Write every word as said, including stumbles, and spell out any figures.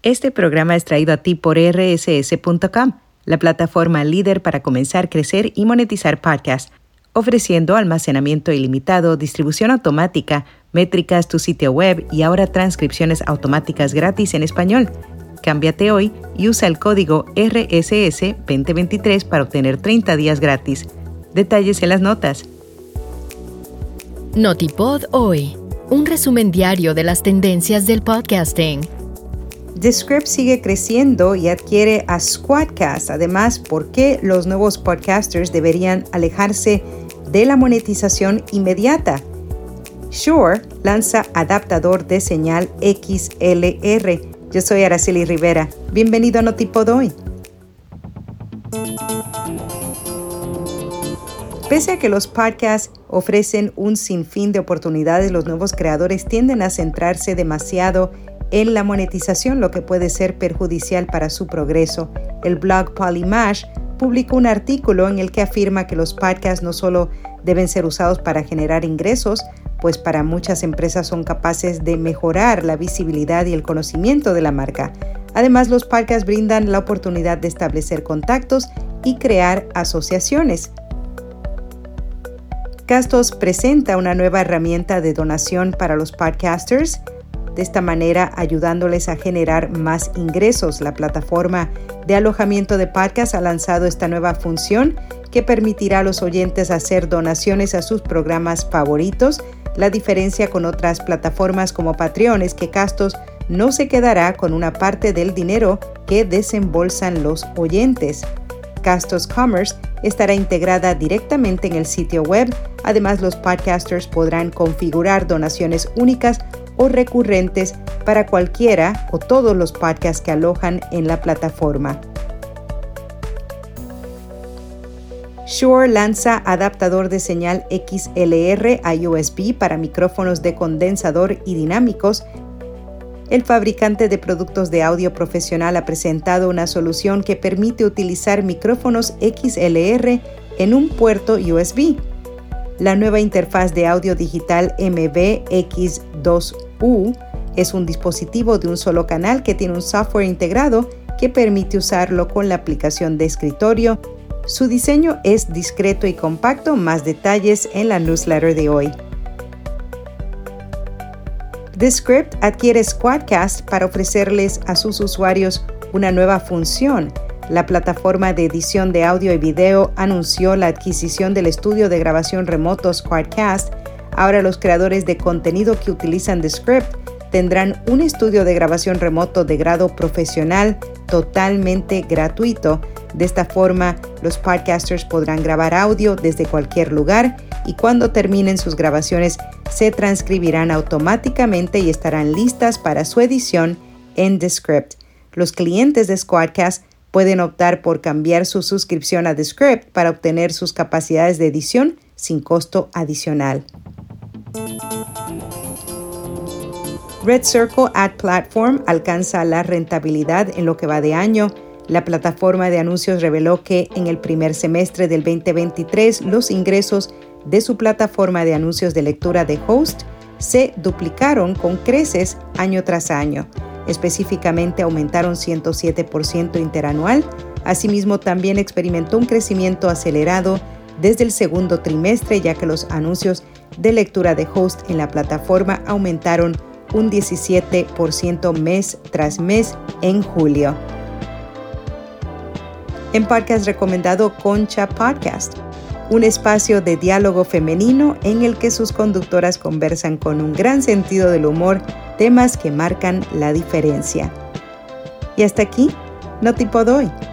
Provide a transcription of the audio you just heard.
Este programa es traído a ti por R S S punto com, la plataforma líder para comenzar, crecer y monetizar podcasts, ofreciendo almacenamiento ilimitado, distribución automática, métricas, tu sitio web y ahora transcripciones automáticas gratis en español. Cámbiate hoy y usa el código R S S veinte veintitrés para obtener treinta días gratis. Detalles en las notas. Notipod hoy, un resumen diario de las tendencias del podcasting. Descript sigue creciendo y adquiere a Squadcast. Además, ¿por qué los nuevos podcasters deberían alejarse de la monetización inmediata? Shure lanza adaptador de señal X L R. Yo soy Araceli Rivera. Bienvenido a Notipod hoy. Pese a que los podcasts ofrecen un sinfín de oportunidades, los nuevos creadores tienden a centrarse demasiado en la monetización, lo que puede ser perjudicial para su progreso. El blog Polymash publicó un artículo en el que afirma que los podcasts no solo deben ser usados para generar ingresos, pues para muchas empresas son capaces de mejorar la visibilidad y el conocimiento de la marca. Además, los podcasts brindan la oportunidad de establecer contactos y crear asociaciones. Castos presenta una nueva herramienta de donación para los podcasters, de esta manera ayudándoles a generar más ingresos. La plataforma de alojamiento de podcasts ha lanzado esta nueva función que permitirá a los oyentes hacer donaciones a sus programas favoritos. La diferencia con otras plataformas como Patreon es que Castos no se quedará con una parte del dinero que desembolsan los oyentes. Castos Commerce estará integrada directamente en el sitio web. Además, los podcasters podrán configurar donaciones únicas o recurrentes para cualquiera o todos los podcasts que alojan en la plataforma. Shure lanza adaptador de señal X L R a U S B para micrófonos de condensador y dinámicos. El fabricante de productos de audio profesional ha presentado una solución que permite utilizar micrófonos X L R en un puerto U S B. La nueva interfaz de audio digital M V X dos U es un dispositivo de un solo canal que tiene un software integrado que permite usarlo con la aplicación de escritorio. Su diseño es discreto y compacto. Más detalles en la newsletter de hoy. Descript adquiere Squadcast para ofrecerles a sus usuarios una nueva función. La plataforma de edición de audio y video anunció la adquisición del estudio de grabación remoto Squadcast. Ahora los creadores de contenido que utilizan Descript tendrán un estudio de grabación remoto de grado profesional totalmente gratuito. De esta forma, los podcasters podrán grabar audio desde cualquier lugar y cuando terminen sus grabaciones se transcribirán automáticamente y estarán listas para su edición en Descript. Los clientes de Squadcast pueden optar por cambiar su suscripción a Descript para obtener sus capacidades de edición sin costo adicional. Red Circle Ad Platform alcanza la rentabilidad en lo que va de año. La plataforma de anuncios reveló que en el primer semestre del veinte veintitrés los ingresos de su plataforma de anuncios de lectura de Host se duplicaron con creces año tras año. Específicamente aumentaron ciento siete por ciento interanual. Asimismo, también experimentó un crecimiento acelerado desde el segundo trimestre, ya que los anuncios de lectura de Host en la plataforma aumentaron un diecisiete por ciento mes tras mes en julio. En podcast recomendado Concha Podcast, un espacio de diálogo femenino en el que sus conductoras conversan con un gran sentido del humor temas que marcan la diferencia. Y hasta aquí, Notipod hoy.